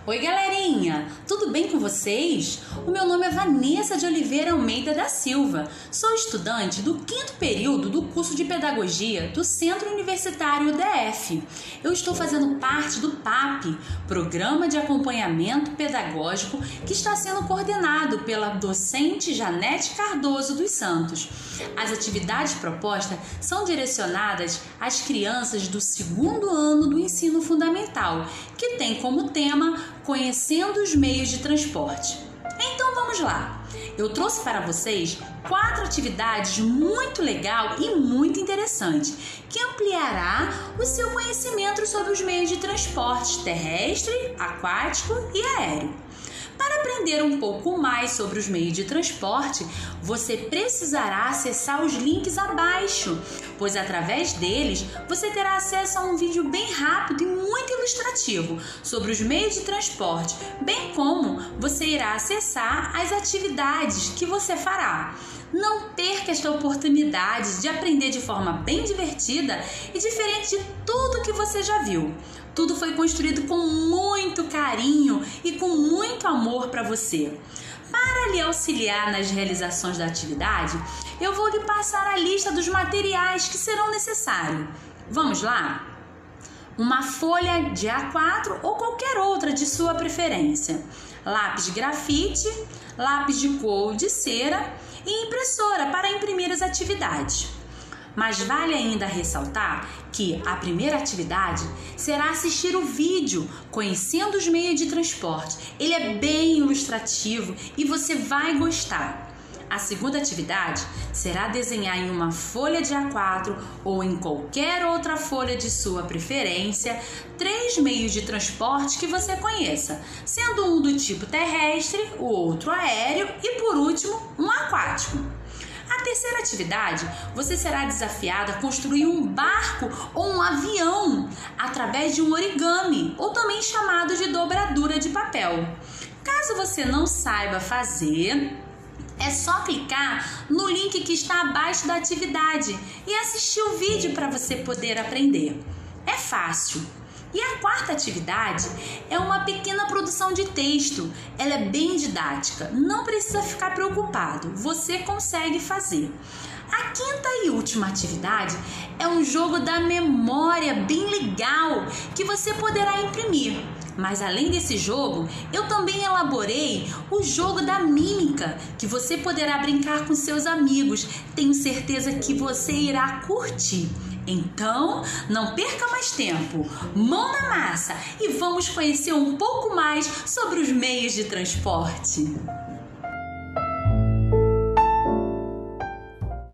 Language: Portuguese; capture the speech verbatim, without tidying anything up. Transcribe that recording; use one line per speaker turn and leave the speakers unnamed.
Oi galerinha, tudo bem com vocês? O meu nome é Vanessa de Oliveira Almeida da Silva, sou estudante do quinto período do curso de Pedagogia do Centro Universitário U D F. Eu estou fazendo parte do P A P, Programa de Acompanhamento Pedagógico, que está sendo coordenado pela docente Janete Cardoso dos Santos. As atividades propostas são direcionadas às crianças do segundo ano do ensino fundamental, que tem como tema Conhecendo os Meios de Transporte. Então vamos lá! Eu trouxe para vocês quatro atividades muito legal e muito interessante, que ampliará o seu conhecimento sobre os meios de transporte terrestre, aquático e aéreo. Para aprender um pouco mais sobre os meios de transporte, você precisará acessar os links abaixo, pois através deles você terá acesso a um vídeo bem rápido e muito ilustrativo sobre os meios de transporte, bem como você irá acessar as atividades que você fará. Não perca esta oportunidade de aprender de forma bem divertida e diferente de tudo que você já viu. Tudo foi construído com muito carinho e com muito amor para você. Para lhe auxiliar nas realizações da atividade, eu vou lhe passar a lista dos materiais que serão necessários. Vamos lá? Uma folha de A quatro ou qualquer outra de sua preferência, lápis de grafite, lápis de cor de cera e impressora para imprimir as atividades. Mas vale ainda ressaltar que a primeira atividade será assistir o vídeo Conhecendo os Meios de Transporte. Ele é bem ilustrativo e você vai gostar. A segunda atividade será desenhar em uma folha de A quatro ou em qualquer outra folha de sua preferência três meios de transporte que você conheça, sendo um do tipo terrestre, o outro aéreo e, por último, um aquático. A terceira atividade, você será desafiado a construir um barco ou um avião através de um origami, ou também chamado de dobradura de papel. Caso você não saiba fazer, é só clicar no link que está abaixo da atividade e assistir o vídeo para você poder aprender. É fácil. E a quarta atividade é uma pequena produção de texto. Ela é bem didática, não precisa ficar preocupado, você consegue fazer. A quinta e última atividade é um jogo da memória bem legal que você poderá imprimir. Mas além desse jogo, eu também elaborei o jogo da mímica, que você poderá brincar com seus amigos. Tenho certeza que você irá curtir. Então, não perca mais tempo, mão na massa e vamos conhecer um pouco mais sobre os meios de transporte.